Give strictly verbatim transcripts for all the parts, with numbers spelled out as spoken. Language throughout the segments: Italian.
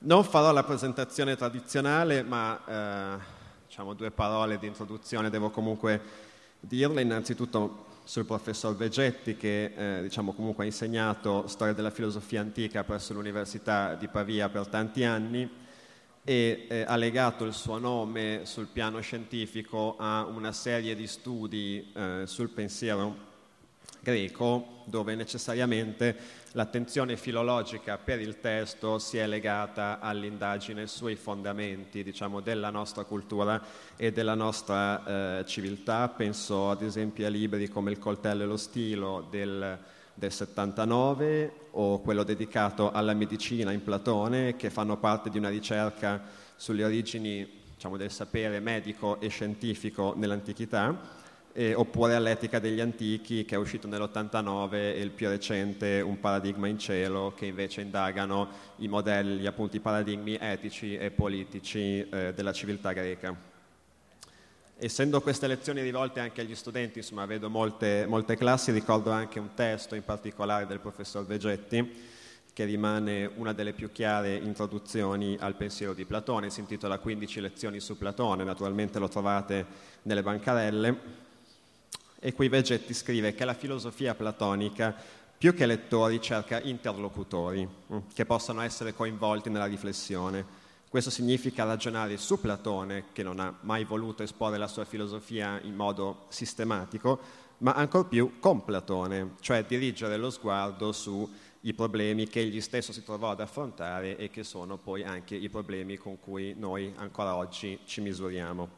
Non farò la presentazione tradizionale, ma eh, diciamo due parole di introduzione devo comunque dirle. Innanzitutto sul professor Vegetti, che eh, diciamo comunque ha insegnato storia della filosofia antica presso l'Università di Pavia per tanti anni e eh, ha legato il suo nome sul piano scientifico a una serie di studi eh, sul pensiero greco, dove necessariamente l'attenzione filologica per il testo si è legata all'indagine sui fondamenti, diciamo, della nostra cultura e della nostra eh, civiltà. Penso ad esempio a libri come Il coltello e lo stilo del, del settantanove o quello dedicato alla medicina in Platone, che fanno parte di una ricerca sulle origini, diciamo, del sapere medico e scientifico nell'antichità. Eh, oppure all'Etica degli antichi, che è uscito nell'ottantanove, e il più recente Un paradigma in cielo, che invece indagano i modelli, appunto i paradigmi etici e politici eh, della civiltà greca. Essendo queste lezioni rivolte anche agli studenti, insomma vedo molte, molte classi, ricordo anche un testo in particolare del professor Vegetti, che rimane una delle più chiare introduzioni al pensiero di Platone. Si intitola quindici lezioni su Platone, naturalmente lo trovate nelle bancarelle. E qui Vegetti scrive che la filosofia platonica, più che lettori, cerca interlocutori che possano essere coinvolti nella riflessione. Questo significa ragionare su Platone, che non ha mai voluto esporre la sua filosofia in modo sistematico, ma ancor più con Platone, cioè dirigere lo sguardo sui problemi che egli stesso si trovò ad affrontare e che sono poi anche i problemi con cui noi ancora oggi ci misuriamo.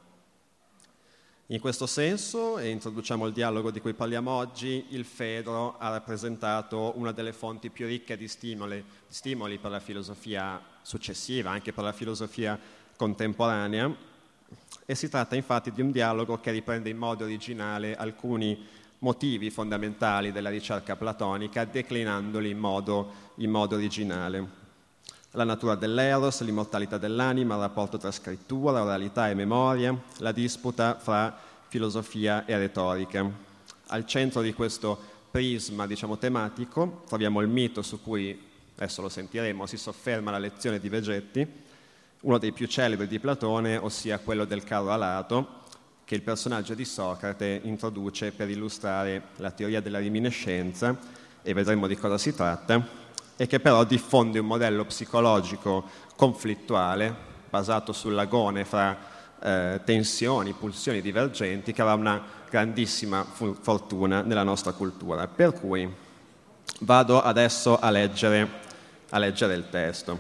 In questo senso, e introduciamo il dialogo di cui parliamo oggi, il Fedro ha rappresentato una delle fonti più ricche di stimoli, stimoli per la filosofia successiva, anche per la filosofia contemporanea, e si tratta infatti di un dialogo che riprende in modo originale alcuni motivi fondamentali della ricerca platonica, declinandoli in modo, in modo originale. La natura dell'eros, l'immortalità dell'anima, il rapporto tra scrittura, oralità e memoria, la disputa fra filosofia e retorica. Al centro di questo prisma, diciamo, tematico troviamo il mito su cui, adesso lo sentiremo, si sofferma la lezione di Vegetti, uno dei più celebri di Platone, ossia quello del carro alato, che il personaggio di Socrate introduce per illustrare la teoria della riminiscenza, e vedremo di cosa si tratta, e che però diffonde un modello psicologico conflittuale basato sull'agone fra eh, tensioni, pulsioni divergenti, che avrà una grandissima fu- fortuna nella nostra cultura. Per cui vado adesso a leggere, a leggere il testo.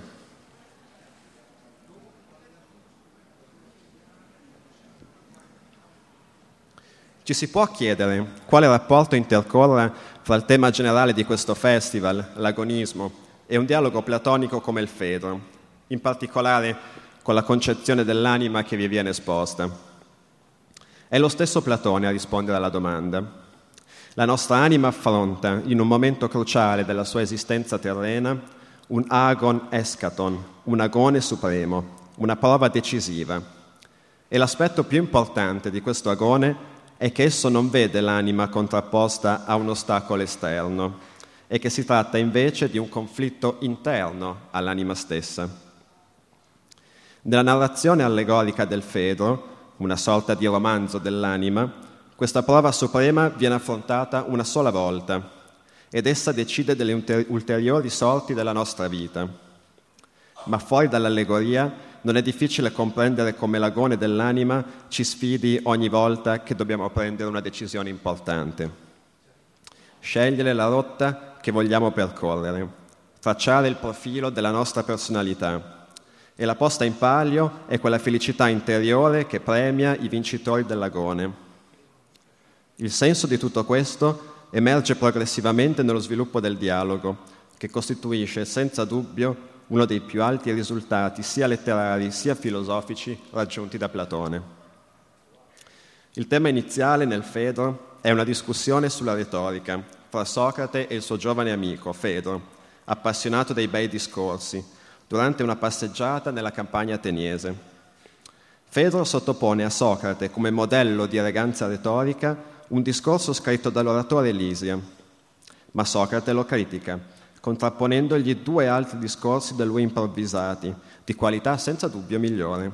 Ci si può chiedere quale rapporto intercorra fra il tema generale di questo festival, l'agonismo, e un dialogo platonico come il Fedro, in particolare con la concezione dell'anima che vi viene esposta. È lo stesso Platone a rispondere alla domanda. La nostra anima affronta, in un momento cruciale della sua esistenza terrena, un agon eschaton, un agone supremo, una prova decisiva. E l'aspetto più importante di questo agone è che esso non vede l'anima contrapposta a un ostacolo esterno e che si tratta invece di un conflitto interno all'anima stessa. Nella narrazione allegorica del Fedro, una sorta di romanzo dell'anima, questa prova suprema viene affrontata una sola volta ed essa decide delle ulteriori sorti della nostra vita. Ma fuori dall'allegoria non è difficile comprendere come l'agone dell'anima ci sfidi ogni volta che dobbiamo prendere una decisione importante. Scegliere la rotta che vogliamo percorrere, tracciare il profilo della nostra personalità. E la posta in palio è quella felicità interiore che premia i vincitori dell'agone. Il senso di tutto questo emerge progressivamente nello sviluppo del dialogo, che costituisce senza dubbio uno dei più alti risultati sia letterari sia filosofici raggiunti da Platone. Il tema iniziale nel Fedro è una discussione sulla retorica fra Socrate e il suo giovane amico Fedro, appassionato dei bei discorsi, durante una passeggiata nella campagna ateniese. Fedro sottopone a Socrate come modello di eleganza retorica un discorso scritto dall'oratore Lisia, ma Socrate lo critica, contrapponendogli due altri discorsi da lui improvvisati, di qualità senza dubbio migliore.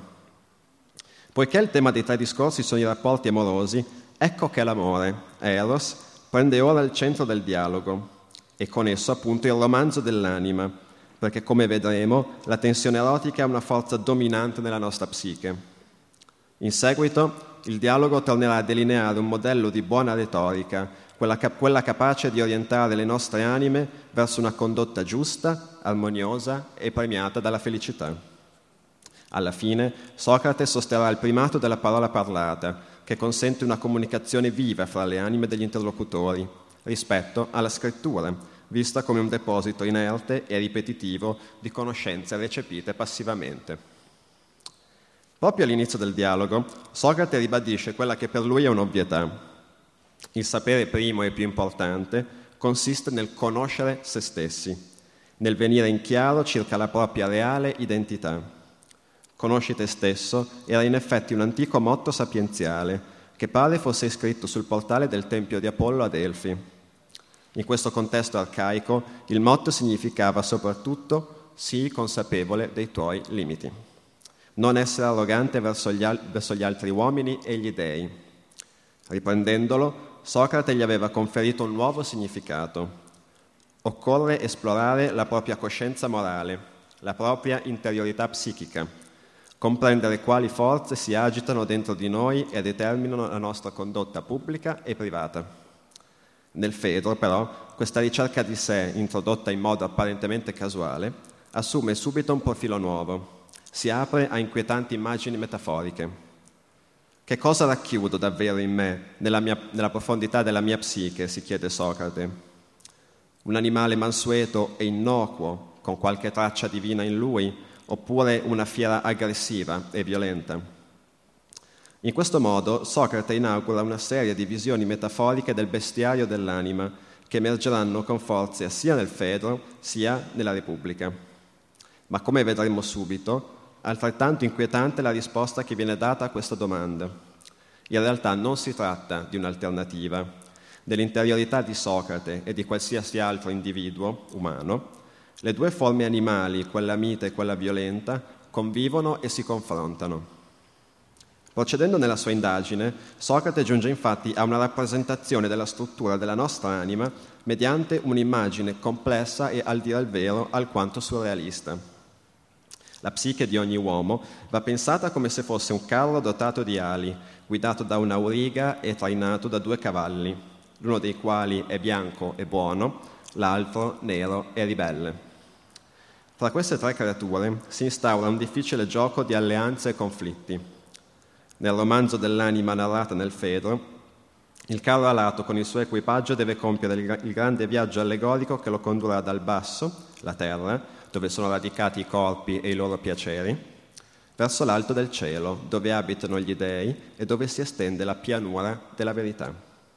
Poiché il tema dei tre discorsi sono i rapporti amorosi, ecco che l'amore, Eros, prende ora il centro del dialogo e con esso appunto il romanzo dell'anima, perché come vedremo la tensione erotica è una forza dominante nella nostra psiche. In seguito il dialogo tornerà a delineare un modello di buona retorica, quella, cap- quella capace di orientare le nostre anime verso una condotta giusta, armoniosa e premiata dalla felicità. Alla fine Socrate sosterrà il primato della parola parlata, che consente una comunicazione viva fra le anime degli interlocutori, rispetto alla scrittura, vista come un deposito inerte e ripetitivo di conoscenze recepite passivamente. Proprio all'inizio del dialogo, Socrate ribadisce quella che per lui è un'ovvietà. Il sapere primo e più importante consiste nel conoscere se stessi, nel venire in chiaro circa la propria reale identità. Conosci te stesso era in effetti un antico motto sapienziale che pare fosse scritto sul portale del tempio di Apollo a Delfi. In questo contesto arcaico il motto significava soprattutto sii consapevole dei tuoi limiti. Non essere arrogante verso gli, al- verso gli altri uomini e gli dei. Riprendendolo, Socrate gli aveva conferito un nuovo significato. Occorre esplorare la propria coscienza morale, la propria interiorità psichica, comprendere quali forze si agitano dentro di noi e determinano la nostra condotta pubblica e privata. Nel Fedro, però, questa ricerca di sé, introdotta in modo apparentemente casuale, assume subito un profilo nuovo. Si apre a inquietanti immagini metaforiche. Che cosa racchiudo davvero in me, nella, mia, nella profondità della mia psiche, si chiede Socrate. Un animale mansueto e innocuo, con qualche traccia divina in lui, oppure una fiera aggressiva e violenta? In questo modo Socrate inaugura una serie di visioni metaforiche del bestiario dell'anima che emergeranno con forza sia nel Fedro sia nella Repubblica. Ma come vedremo subito, altrettanto inquietante è la risposta che viene data a questa domanda. In realtà non si tratta di un'alternativa. Nell'interiorità di Socrate e di qualsiasi altro individuo umano, le due forme animali, quella mite e quella violenta, convivono e si confrontano. Procedendo nella sua indagine, Socrate giunge infatti a una rappresentazione della struttura della nostra anima mediante un'immagine complessa e, al dire il vero, alquanto surrealista. La psiche di ogni uomo va pensata come se fosse un carro dotato di ali, guidato da un'auriga e trainato da due cavalli, l'uno dei quali è bianco e buono, l'altro nero e ribelle. Tra queste tre creature si instaura un difficile gioco di alleanze e conflitti. Nel romanzo dell'anima narrata nel Fedro, il carro alato con il suo equipaggio deve compiere il grande viaggio allegorico che lo condurrà dal basso, la terra, dove sono radicati i corpi e i loro piaceri, verso l'alto del cielo, dove abitano gli dei e dove si estende la pianura della verità.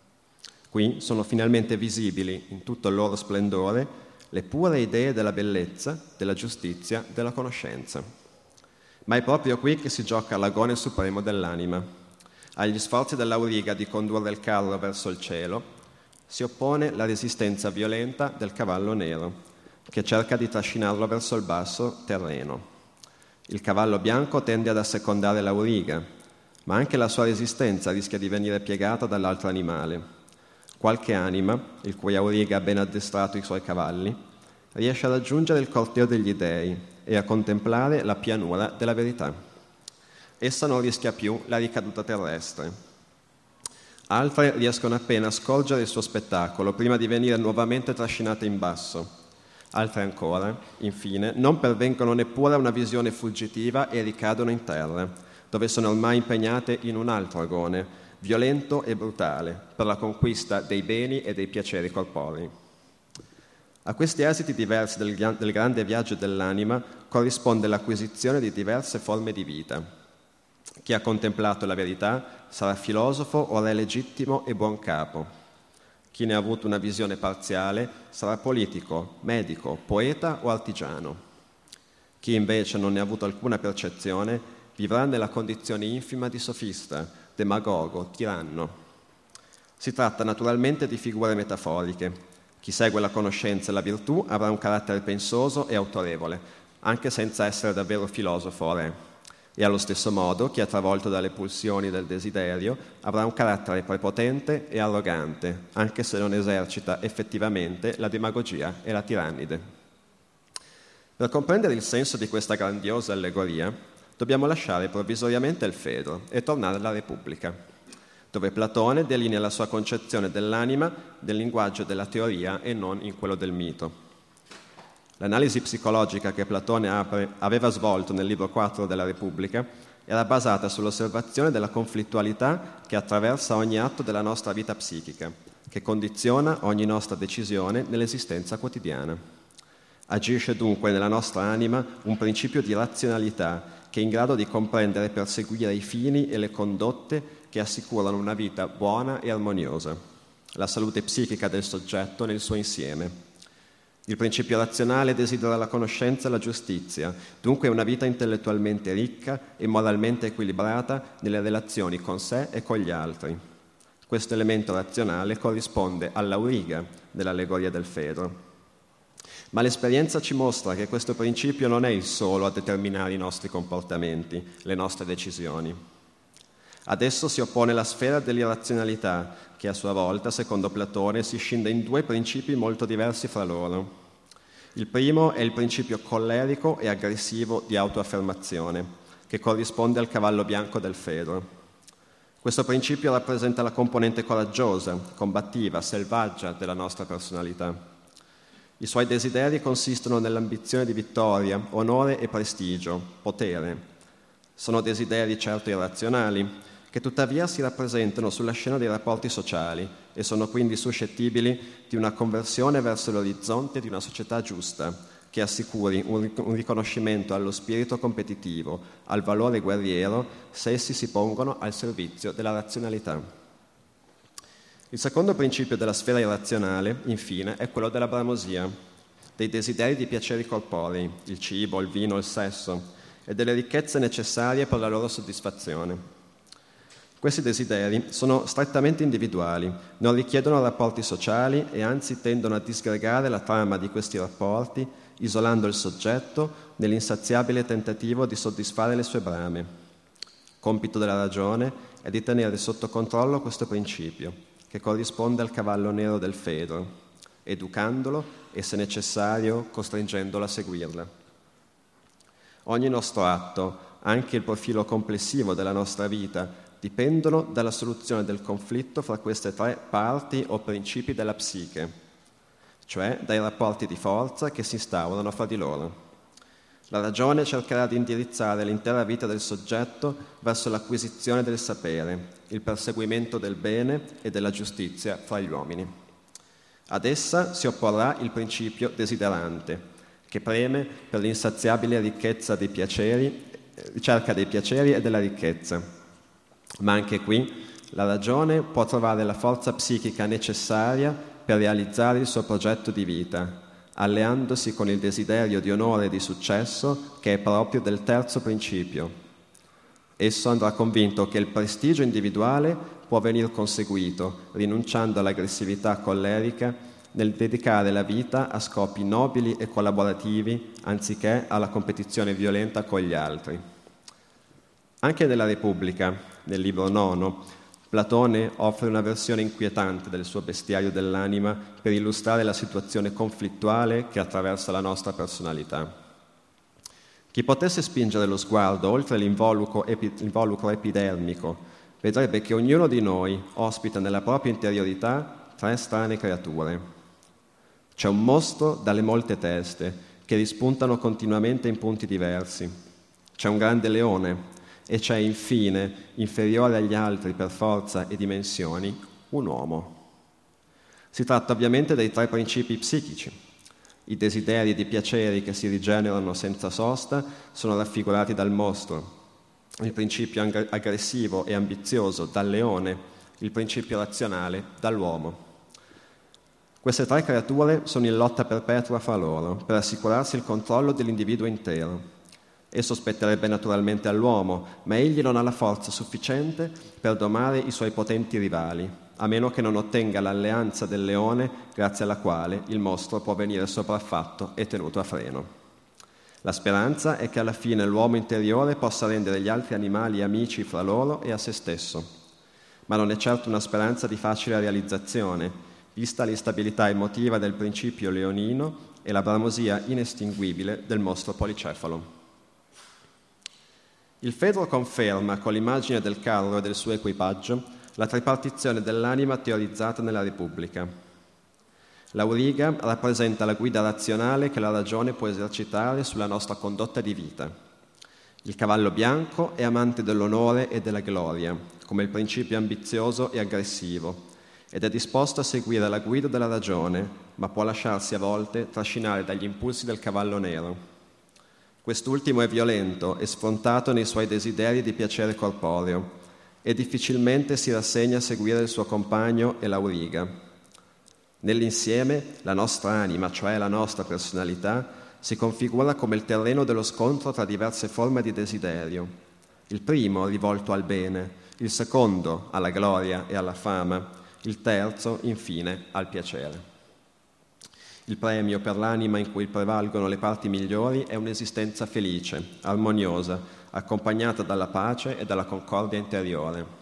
Qui sono finalmente visibili, in tutto il loro splendore, le pure idee della bellezza, della giustizia, della conoscenza. Ma è proprio qui che si gioca l'agone supremo dell'anima. Agli sforzi dell'auriga di condurre il carro verso il cielo si oppone la resistenza violenta del cavallo nero, che cerca di trascinarlo verso il basso terreno. Il cavallo bianco tende ad assecondare l'auriga, ma anche la sua resistenza rischia di venire piegata dall'altro animale. Qualche anima, il cui auriga ha ben addestrato i suoi cavalli, riesce a raggiungere il corteo degli dei e a contemplare la pianura della verità. Essa non rischia più la ricaduta terrestre. Altre riescono appena a scorgere il suo spettacolo prima di venire nuovamente trascinate in basso. Altre ancora, infine, non pervengono neppure a una visione fuggitiva e ricadono in terra, dove sono ormai impegnate in un altro agone, violento e brutale, per la conquista dei beni e dei piaceri corporei. A questi esiti diversi del, del grande viaggio dell'anima corrisponde l'acquisizione di diverse forme di vita. Chi ha contemplato la verità sarà filosofo o re legittimo e buon capo. Chi ne ha avuto una visione parziale sarà politico, medico, poeta o artigiano. Chi invece non ne ha avuto alcuna percezione vivrà nella condizione infima di sofista, demagogo, tiranno. Si tratta naturalmente di figure metaforiche, Chi segue la conoscenza e la virtù avrà un carattere pensoso e autorevole, anche senza essere davvero filosofo o re. E allo stesso modo, chi è travolto dalle pulsioni del desiderio avrà un carattere prepotente e arrogante, anche se non esercita effettivamente la demagogia e la tirannide. Per comprendere il senso di questa grandiosa allegoria, dobbiamo lasciare provvisoriamente il Fedro e tornare alla Repubblica, dove Platone delinea la sua concezione dell'anima nel linguaggio della teoria e non in quello del mito. L'analisi psicologica che Platone aveva svolto nel libro quattro della Repubblica era basata sull'osservazione della conflittualità che attraversa ogni atto della nostra vita psichica, che condiziona ogni nostra decisione nell'esistenza quotidiana. Agisce dunque nella nostra anima un principio di razionalità che è in grado di comprendere e perseguire i fini e le condotte che assicurano una vita buona e armoniosa, la salute psichica del soggetto nel suo insieme. Il principio razionale desidera la conoscenza e la giustizia, dunque una vita intellettualmente ricca e moralmente equilibrata nelle relazioni con sé e con gli altri. Questo elemento razionale corrisponde all'auriga dell'allegoria del Fedro. Ma l'esperienza ci mostra che questo principio non è il solo a determinare i nostri comportamenti, le nostre decisioni. Ad esso si oppone la sfera dell'irrazionalità, che a sua volta, secondo Platone, si scinde in due principi molto diversi fra loro. Il primo è il principio collerico e aggressivo di autoaffermazione, che corrisponde al cavallo bianco del Fedro. Questo principio rappresenta la componente coraggiosa, combattiva, selvaggia della nostra personalità. I suoi desideri consistono nell'ambizione di vittoria, onore e prestigio, potere. Sono desideri certo irrazionali, che tuttavia si rappresentano sulla scena dei rapporti sociali e sono quindi suscettibili di una conversione verso l'orizzonte di una società giusta, che assicuri un riconoscimento allo spirito competitivo, al valore guerriero, se essi si pongono al servizio della razionalità. Il secondo principio della sfera irrazionale, infine, è quello della bramosia, dei desideri di piaceri corporei, il cibo, il vino, il sesso, e delle ricchezze necessarie per la loro soddisfazione. Questi desideri sono strettamente individuali, non richiedono rapporti sociali e anzi tendono a disgregare la trama di questi rapporti, isolando il soggetto nell'insaziabile tentativo di soddisfare le sue brame. Compito della ragione è di tenere sotto controllo questo principio, che corrisponde al cavallo nero del Fedro, educandolo e, se necessario, costringendolo a seguirla. Ogni nostro atto, anche il profilo complessivo della nostra vita, dipendono dalla soluzione del conflitto fra queste tre parti o principi della psiche, cioè dai rapporti di forza che si instaurano fra di loro. La ragione cercherà di indirizzare l'intera vita del soggetto verso l'acquisizione del sapere, il perseguimento del bene e della giustizia fra gli uomini. Ad essa si opporrà il principio desiderante, che preme per l'insaziabile ricchezza dei piaceri, ricerca dei piaceri e della ricchezza. Ma anche qui la ragione può trovare la forza psichica necessaria per realizzare il suo progetto di vita, alleandosi con il desiderio di onore e di successo che è proprio del terzo principio. Esso andrà convinto che il prestigio individuale può venir conseguito rinunciando all'aggressività collerica nel dedicare la vita a scopi nobili e collaborativi anziché alla competizione violenta con gli altri. Anche nella Repubblica, nel libro nono, Platone offre una versione inquietante del suo bestiario dell'anima per illustrare la situazione conflittuale che attraversa la nostra personalità. Chi potesse spingere lo sguardo oltre l'involucro, epi, l'involucro epidermico vedrebbe che ognuno di noi ospita nella propria interiorità tre strane creature. C'è un mostro dalle molte teste che rispuntano continuamente in punti diversi. C'è un grande leone e c'è infine, inferiore agli altri per forza e dimensioni, un uomo. Si tratta ovviamente dei tre principi psichici. I desideri di piaceri che si rigenerano senza sosta sono raffigurati dal mostro, il principio aggressivo e ambizioso dal leone, il principio razionale dall'uomo. Queste tre creature sono in lotta perpetua fra loro per assicurarsi il controllo dell'individuo intero. Esso spetterebbe naturalmente all'uomo, ma egli non ha la forza sufficiente per domare i suoi potenti rivali. a meno che non ottenga l'alleanza del leone, grazie alla quale il mostro può venire sopraffatto e tenuto a freno. La speranza è che alla fine l'uomo interiore possa rendere gli altri animali amici fra loro e a se stesso. Ma non è certo una speranza di facile realizzazione, vista l'instabilità emotiva del principio leonino e la bramosia inestinguibile del mostro policefalo. Il Fedro conferma, con l'immagine del carro e del suo equipaggio, la tripartizione dell'anima teorizzata nella Repubblica. L'auriga rappresenta la guida razionale che la ragione può esercitare sulla nostra condotta di vita. Il cavallo bianco è amante dell'onore e della gloria, come il principio ambizioso e aggressivo, ed è disposto a seguire la guida della ragione, ma può lasciarsi a volte trascinare dagli impulsi del cavallo nero. Quest'ultimo è violento e sfrontato nei suoi desideri di piacere corporeo e difficilmente si rassegna a seguire il suo compagno e l'auriga. Nell'insieme, la nostra anima, cioè la nostra personalità, si configura come il terreno dello scontro tra diverse forme di desiderio. Il primo rivolto al bene, il secondo alla gloria e alla fama, il terzo, infine, al piacere. Il premio per l'anima in cui prevalgono le parti migliori è un'esistenza felice, armoniosa, accompagnata dalla pace e dalla concordia interiore.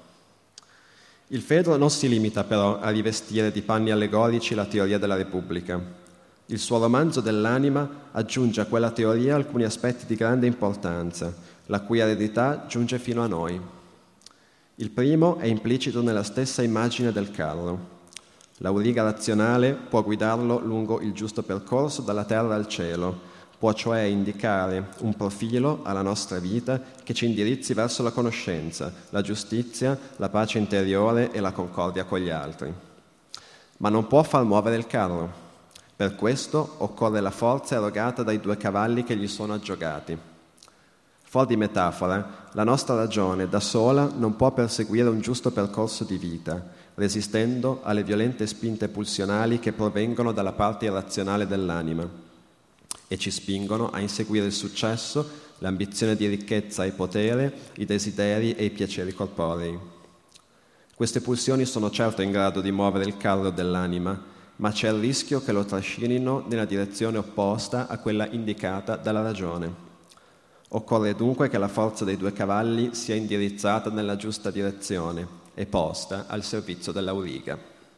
Il Fedro non si limita però a rivestire di panni allegorici la teoria della Repubblica. Il suo romanzo dell'anima aggiunge a quella teoria alcuni aspetti di grande importanza, la cui eredità giunge fino a noi. Il primo è implicito nella stessa immagine del carro. L'auriga razionale può guidarlo lungo il giusto percorso dalla terra al cielo, può cioè indicare un profilo alla nostra vita che ci indirizzi verso la conoscenza, la giustizia, la pace interiore e la concordia con gli altri. Ma non può far muovere il carro. Per questo occorre la forza erogata dai due cavalli che gli sono aggiogati. Fuori di metafora, la nostra ragione da sola non può perseguire un giusto percorso di vita, resistendo alle violente spinte pulsionali che provengono dalla parte irrazionale dell'anima e ci spingono a inseguire il successo, l'ambizione di ricchezza e potere, i desideri e i piaceri corporei. Queste pulsioni sono certo in grado di muovere il carro dell'anima, ma c'è il rischio che lo trascinino nella direzione opposta a quella indicata dalla ragione. Occorre dunque che la forza dei due cavalli sia indirizzata nella giusta direzione e posta al servizio dell'auriga.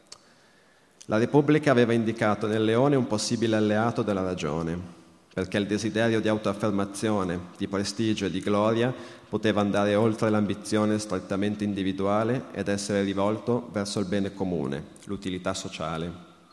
La Repubblica aveva indicato nel leone un possibile alleato della ragione, perché il desiderio di autoaffermazione, di prestigio e di gloria poteva andare oltre l'ambizione strettamente individuale ed essere rivolto verso il bene comune, l'utilità sociale.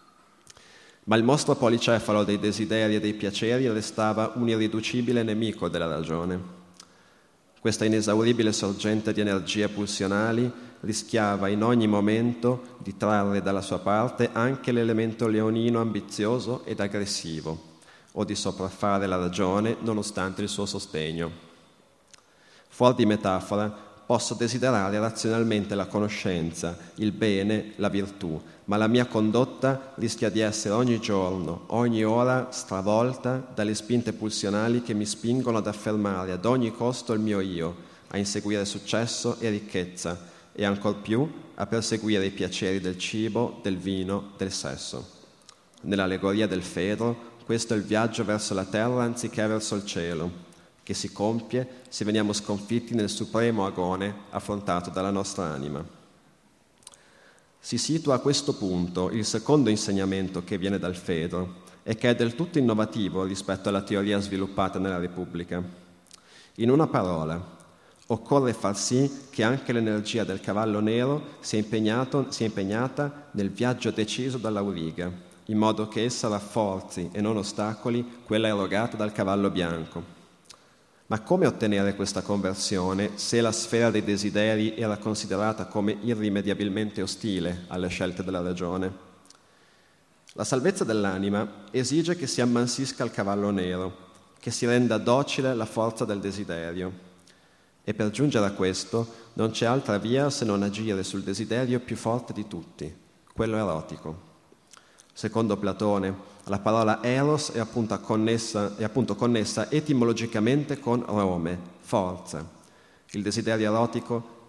Ma il mostro policefalo dei desideri e dei piaceri restava un irriducibile nemico della ragione. Questa inesauribile sorgente di energie pulsionali rischiava in ogni momento di trarre dalla sua parte anche l'elemento leonino ambizioso ed aggressivo, o di sopraffare la ragione nonostante il suo sostegno. Fuori di metafora, posso desiderare razionalmente la conoscenza, il bene, la virtù, ma la mia condotta rischia di essere ogni giorno, ogni ora stravolta dalle spinte pulsionali che mi spingono ad affermare ad ogni costo il mio io, a inseguire successo e ricchezza e ancor più a perseguire i piaceri del cibo, del vino, del sesso. Nell'allegoria del Fedro, questo è il viaggio verso la terra anziché verso il cielo, che si compie se veniamo sconfitti nel supremo agone affrontato dalla nostra anima. Si situa a questo punto il secondo insegnamento che viene dal Fedro e che è del tutto innovativo rispetto alla teoria sviluppata nella Repubblica. In una parola, occorre far sì che anche l'energia del cavallo nero sia, impegnato, sia impegnata nel viaggio deciso dall'auriga, in modo che essa rafforzi e non ostacoli quella erogata dal cavallo bianco. Ma come ottenere questa conversione se la sfera dei desideri era considerata come irrimediabilmente ostile alle scelte della ragione? La salvezza dell'anima esige che si ammansisca il cavallo nero, che si renda docile alla forza del desiderio. E per giungere a questo non c'è altra via se non agire sul desiderio più forte di tutti, quello erotico. Secondo Platone, la parola eros è appunto connessa, è appunto connessa etimologicamente con rome, forza. Il desiderio erotico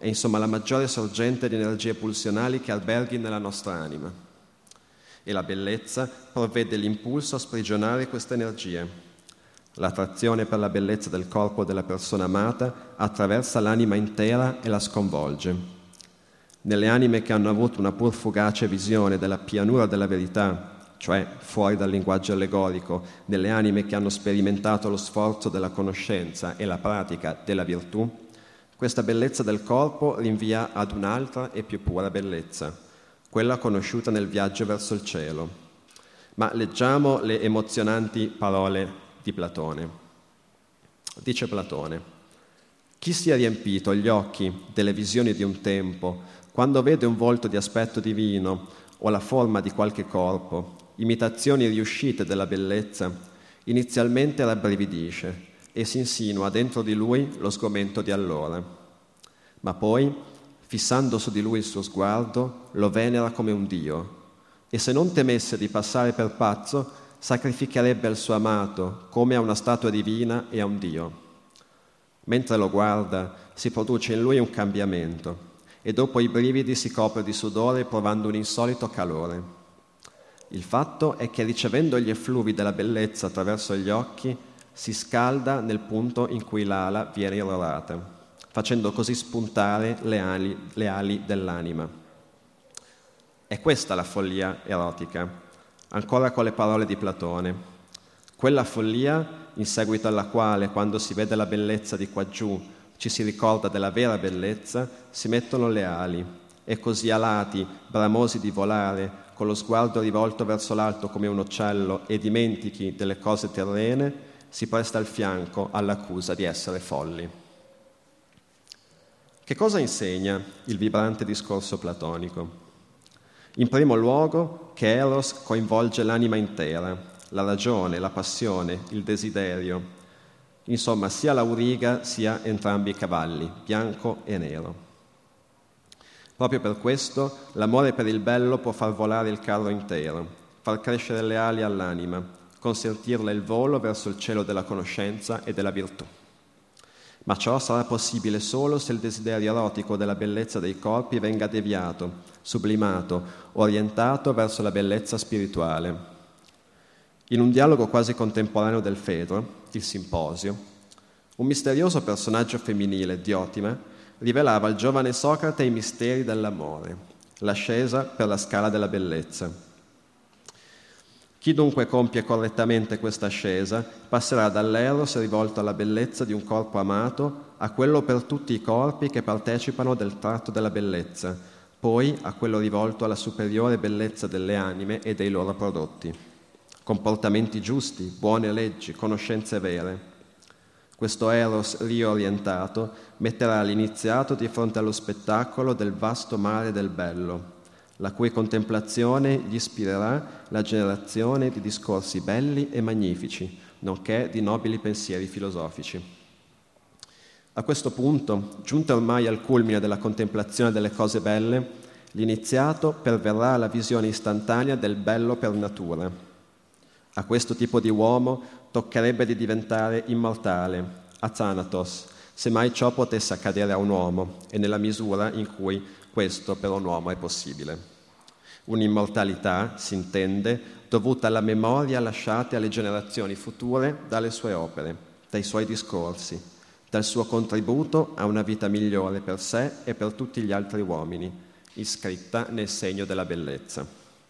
è insomma la maggiore sorgente di energie pulsionali che alberghi nella nostra anima. E la bellezza provvede l'impulso a sprigionare queste energie. L'attrazione per la bellezza del corpo della persona amata attraversa l'anima intera e la sconvolge. Nelle anime che hanno avuto una pur fugace visione della pianura della verità, cioè fuori dal linguaggio allegorico, nelle anime che hanno sperimentato lo sforzo della conoscenza e la pratica della virtù, questa bellezza del corpo rinvia ad un'altra e più pura bellezza, quella conosciuta nel viaggio verso il cielo. Ma leggiamo le emozionanti parole di Platone. Dice Platone: chi si è riempito gli occhi delle visioni di un tempo, quando vede un volto di aspetto divino o la forma di qualche corpo, imitazioni riuscite della bellezza, inizialmente rabbrividisce e si insinua dentro di lui lo sgomento di allora. Ma poi, fissando su di lui il suo sguardo, lo venera come un dio, e se non temesse di passare per pazzo, sacrificherebbe al suo amato come a una statua divina e a un dio. Mentre lo guarda, si produce in lui un cambiamento, e dopo i brividi si copre di sudore provando un insolito calore. Il fatto è che ricevendo gli effluvi della bellezza attraverso gli occhi, si scalda nel punto in cui l'ala viene irrorata, facendo così spuntare le ali, le ali dell'anima. È questa la follia erotica, ancora con le parole di Platone. Quella follia in seguito alla quale, quando si vede la bellezza di quaggiù, ci si ricorda della vera bellezza, si mettono le ali e così alati, bramosi di volare, con lo sguardo rivolto verso l'alto come un uccello e dimentichi delle cose terrene, si presta al fianco all'accusa di essere folli. Che cosa insegna il vibrante discorso platonico? In primo luogo che Eros coinvolge l'anima intera, la ragione, la passione, il desiderio, insomma sia l'auriga sia entrambi i cavalli, bianco e nero. Proprio per questo l'amore per il bello può far volare il carro intero, far crescere le ali all'anima, consentirle il volo verso il cielo della conoscenza e della virtù. Ma ciò sarà possibile solo se il desiderio erotico della bellezza dei corpi venga deviato, sublimato, orientato verso la bellezza spirituale. In un dialogo quasi contemporaneo del Fedro, il Simposio, un misterioso personaggio femminile, Diotima, rivelava al giovane Socrate i misteri dell'amore, l'ascesa per la scala della bellezza. Chi dunque compie correttamente questa ascesa passerà dall'eros rivolto alla bellezza di un corpo amato a quello per tutti i corpi che partecipano del tratto della bellezza, poi a quello rivolto alla superiore bellezza delle anime e dei loro prodotti. Comportamenti giusti, buone leggi, conoscenze vere. Questo eros riorientato metterà l'iniziato di fronte allo spettacolo del vasto mare del bello, la cui contemplazione gli ispirerà la generazione di discorsi belli e magnifici, nonché di nobili pensieri filosofici. A questo punto, giunto ormai al culmine della contemplazione delle cose belle, l'iniziato perverrà alla visione istantanea del bello per natura. A questo tipo di uomo toccherebbe di diventare immortale, athanatos, se mai ciò potesse accadere a un uomo e nella misura in cui questo per un uomo è possibile. Un'immortalità, si intende, dovuta alla memoria lasciata alle generazioni future dalle sue opere, dai suoi discorsi, dal suo contributo a una vita migliore per sé e per tutti gli altri uomini, iscritta nel segno della bellezza.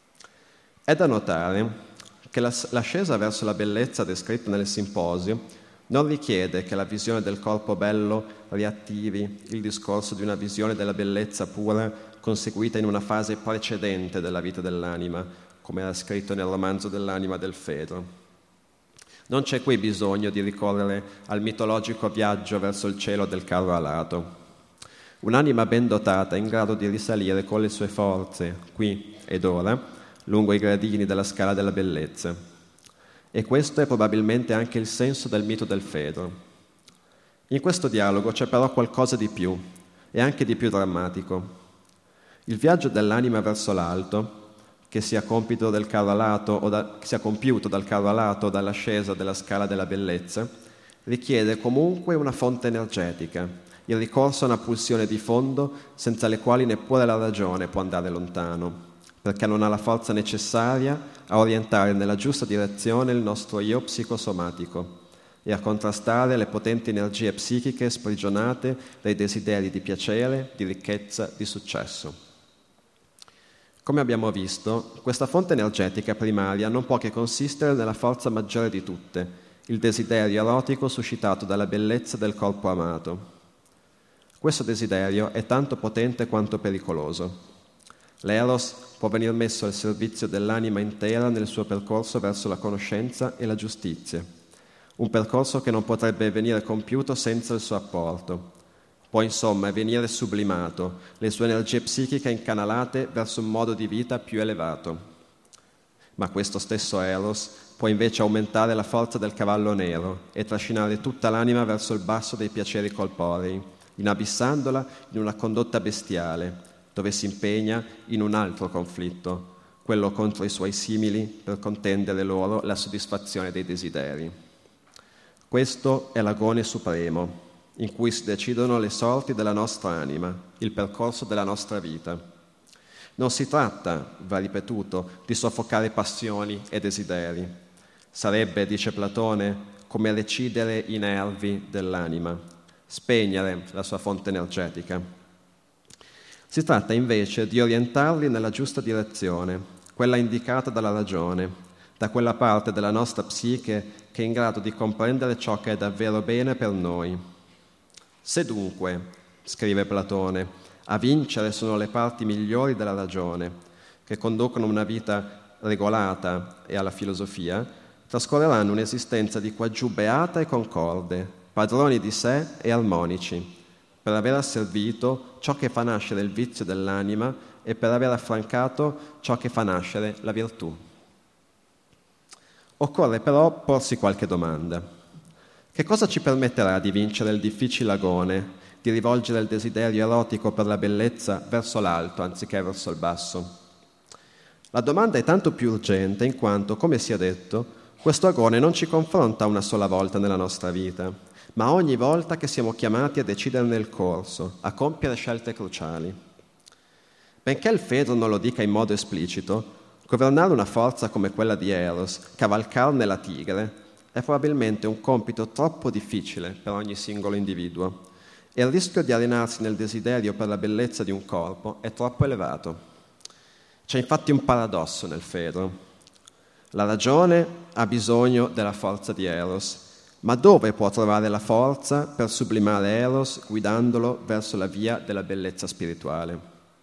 È da notare che l'ascesa verso la bellezza descritta nel Simposio non richiede che la visione del corpo bello riattivi il discorso di una visione della bellezza pura conseguita in una fase precedente della vita dell'anima, come era scritto nel romanzo dell'anima del Fedro. Non c'è qui bisogno di ricorrere al mitologico viaggio verso il cielo del carro alato. Un'anima ben dotata è in grado di risalire con le sue forze, qui ed ora, lungo i gradini della scala della bellezza. E questo è probabilmente anche il senso del mito del Fedro. In questo dialogo c'è però qualcosa di più, e anche di più drammatico. Il viaggio dell'anima verso l'alto, che sia compito del carro alato o da, che sia compiuto dal carro alato o dall'ascesa della scala della bellezza, richiede comunque una fonte energetica il ricorso a una pulsione di fondo senza le quali neppure la ragione può andare lontano, perché non ha la forza necessaria a orientare nella giusta direzione il nostro io psicosomatico e a contrastare le potenti energie psichiche sprigionate dai desideri di piacere, di ricchezza, di successo. Come abbiamo visto, questa fonte energetica primaria non può che consistere nella forza maggiore di tutte, il desiderio erotico suscitato dalla bellezza del corpo amato. Questo desiderio è tanto potente quanto pericoloso. L'eros può venir messo al servizio dell'anima intera nel suo percorso verso la conoscenza e la giustizia, un percorso che non potrebbe venire compiuto senza il suo apporto. Può insomma venire sublimato, le sue energie psichiche incanalate verso un modo di vita più elevato. Ma questo stesso Eros può invece aumentare la forza del cavallo nero e trascinare tutta l'anima verso il basso dei piaceri corporei, inabissandola in una condotta bestiale, dove si impegna in un altro conflitto, quello contro i suoi simili per contendere loro la soddisfazione dei desideri. Questo è l'agone supremo, in cui si decidono le sorti della nostra anima, il percorso della nostra vita. Non si tratta, va ripetuto, di soffocare passioni e desideri. Sarebbe, dice Platone, come recidere i nervi dell'anima, spegnere la sua fonte energetica. Si tratta invece di orientarli nella giusta direzione, quella indicata dalla ragione, da quella parte della nostra psiche che è in grado di comprendere ciò che è davvero bene per noi. Se dunque, scrive Platone, a vincere sono le parti migliori della ragione, che conducono una vita regolata e alla filosofia, trascorreranno un'esistenza di quaggiù beata e concorde, padroni di sé e armonici, per aver asservito ciò che fa nascere il vizio dell'anima e per aver affrancato ciò che fa nascere la virtù. Occorre però porsi qualche domanda. Che cosa ci permetterà di vincere il difficile agone, di rivolgere il desiderio erotico per la bellezza verso l'alto anziché verso il basso? La domanda è tanto più urgente in quanto, come si è detto, questo agone non ci confronta una sola volta nella nostra vita, ma ogni volta che siamo chiamati a deciderne il corso, a compiere scelte cruciali. Benché il Fedro non lo dica in modo esplicito, governare una forza come quella di Eros, cavalcarne la tigre, è probabilmente un compito troppo difficile per ogni singolo individuo e il rischio di arenarsi nel desiderio per la bellezza di un corpo è troppo elevato. C'è infatti un paradosso nel Fedro. La ragione ha bisogno della forza di Eros, ma dove può trovare la forza per sublimare Eros guidandolo verso la via della bellezza spirituale?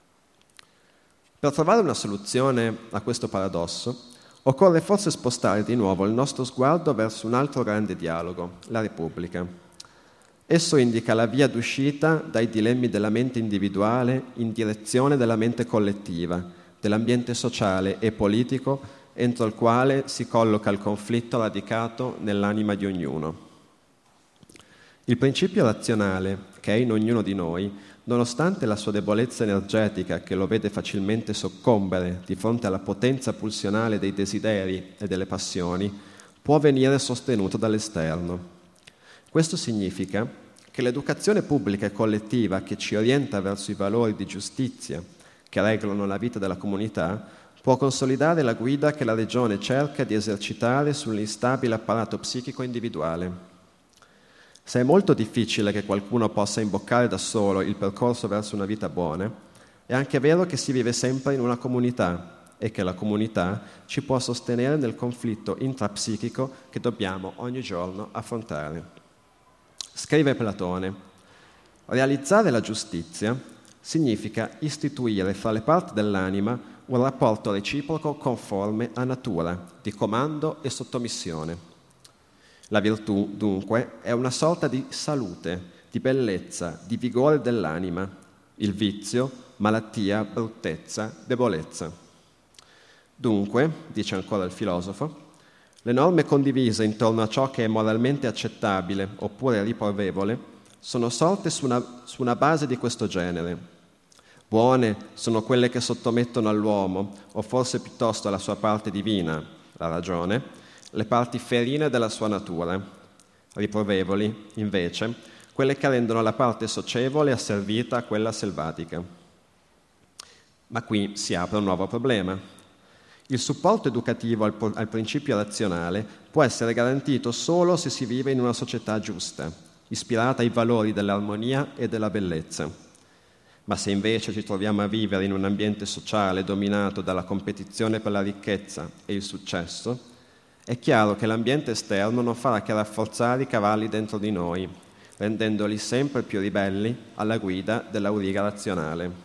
Per trovare una soluzione a questo paradosso, occorre forse spostare di nuovo il nostro sguardo verso un altro grande dialogo, la Repubblica. Esso indica la via d'uscita dai dilemmi della mente individuale in direzione della mente collettiva, dell'ambiente sociale e politico entro il quale si colloca il conflitto radicato nell'anima di ognuno. Il principio razionale che è in ognuno di noi, nonostante la sua debolezza energetica che lo vede facilmente soccombere di fronte alla potenza pulsionale dei desideri e delle passioni, può venire sostenuto dall'esterno. Questo significa che l'educazione pubblica e collettiva che ci orienta verso i valori di giustizia che regolano la vita della comunità può consolidare la guida che la Regione cerca di esercitare sull'instabile apparato psichico individuale. Se è molto difficile che qualcuno possa imboccare da solo il percorso verso una vita buona, è anche vero che si vive sempre in una comunità e che la comunità ci può sostenere nel conflitto intrapsichico che dobbiamo ogni giorno affrontare. Scrive Platone: realizzare la giustizia significa istituire fra le parti dell'anima un rapporto reciproco conforme a natura, di comando e sottomissione. La virtù, dunque, è una sorta di salute, di bellezza, di vigore dell'anima. Il vizio, malattia, bruttezza, debolezza. Dunque, dice ancora il filosofo, le norme condivise intorno a ciò che è moralmente accettabile oppure riprovevole sono sorte su una, su una base di questo genere. Buone sono quelle che sottomettono all'uomo, o forse piuttosto alla sua parte divina, la ragione, le parti ferine della sua natura. Riprovevoli, invece, quelle che rendono la parte socievole asservita a quella selvatica. Ma qui si apre un nuovo problema. Il supporto educativo al, al principio razionale può essere garantito solo se si vive in una società giusta, ispirata ai valori dell'armonia e della bellezza. Ma se invece ci troviamo a vivere in un ambiente sociale dominato dalla competizione per la ricchezza e il successo, è chiaro che l'ambiente esterno non farà che rafforzare i cavalli dentro di noi, rendendoli sempre più ribelli alla guida dell'auriga razionale.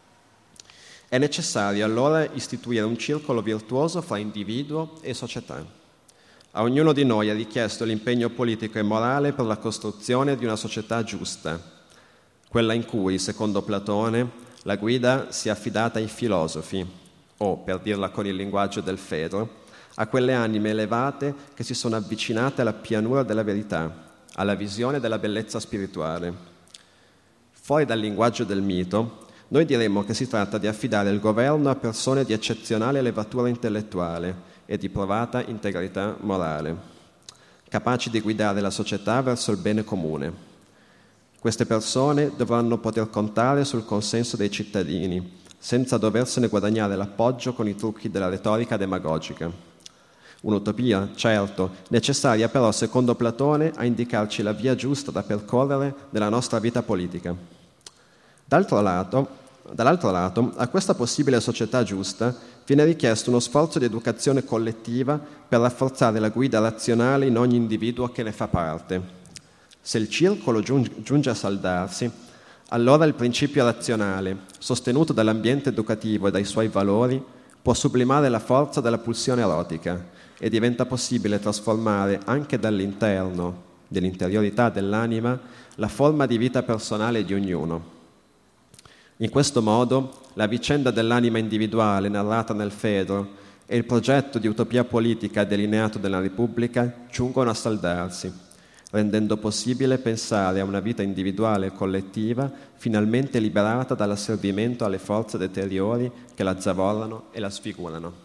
È necessario allora istituire un circolo virtuoso fra individuo e società. A ognuno di noi è richiesto l'impegno politico e morale per la costruzione di una società giusta, quella in cui, secondo Platone, la guida sia affidata ai filosofi, o, per dirla con il linguaggio del Fedro, a quelle anime elevate che si sono avvicinate alla pianura della verità, alla visione della bellezza spirituale. Fuori dal linguaggio del mito, noi diremmo che si tratta di affidare il governo a persone di eccezionale levatura intellettuale e di provata integrità morale, capaci di guidare la società verso il bene comune. Queste persone dovranno poter contare sul consenso dei cittadini, senza doversene guadagnare l'appoggio con i trucchi della retorica demagogica. Un'utopia, certo, necessaria però, secondo Platone, a indicarci la via giusta da percorrere nella nostra vita politica. D'altro lato, Dall'altro lato, a questa possibile società giusta viene richiesto uno sforzo di educazione collettiva per rafforzare la guida razionale in ogni individuo che ne fa parte. Se il circolo giunge a saldarsi, allora il principio razionale, sostenuto dall'ambiente educativo e dai suoi valori, può sublimare la forza della pulsione erotica e diventa possibile trasformare anche dall'interno, dell'interiorità dell'anima, la forma di vita personale di ognuno. In questo modo, la vicenda dell'anima individuale narrata nel Fedro e il progetto di utopia politica delineato nella Repubblica giungono a saldarsi, rendendo possibile pensare a una vita individuale e collettiva finalmente liberata dall'asservimento alle forze deteriori che la zavorrano e la sfigurano.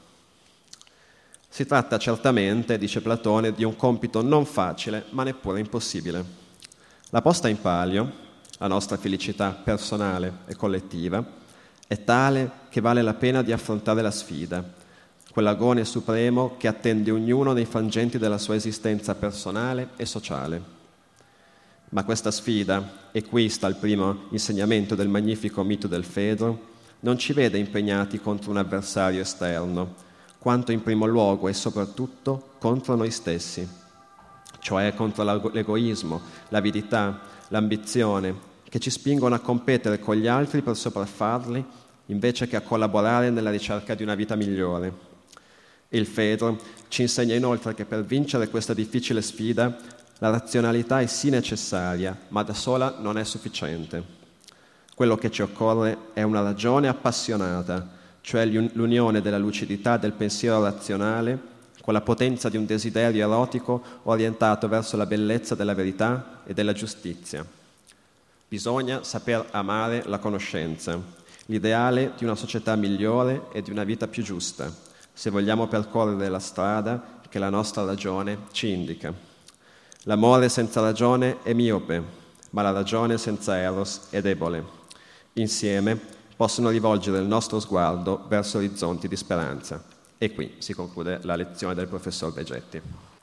Si tratta certamente, dice Platone, di un compito non facile, ma neppure impossibile. La posta in palio, la nostra felicità personale e collettiva, è tale che vale la pena di affrontare la sfida, quell'agone supremo che attende ognuno nei frangenti della sua esistenza personale e sociale. Ma questa sfida, e qui sta il primo insegnamento del magnifico mito del Fedro, non ci vede impegnati contro un avversario esterno, quanto in primo luogo e soprattutto contro noi stessi, cioè contro l'egoismo, l'avidità, l'ambizione, che ci spingono a competere con gli altri per sopraffarli, invece che a collaborare nella ricerca di una vita migliore. Il Fedro ci insegna inoltre che per vincere questa difficile sfida la razionalità è sì necessaria, ma da sola non è sufficiente. Quello che ci occorre è una ragione appassionata, cioè l'unione della lucidità del pensiero razionale con la potenza di un desiderio erotico orientato verso la bellezza della verità e della giustizia. Bisogna saper amare la conoscenza, l'ideale di una società migliore e di una vita più giusta, se vogliamo percorrere la strada che la nostra ragione ci indica. L'amore senza ragione è miope, ma la ragione senza eros è debole. Insieme possono rivolgere il nostro sguardo verso orizzonti di speranza. E qui si conclude la lezione del professor Vegetti.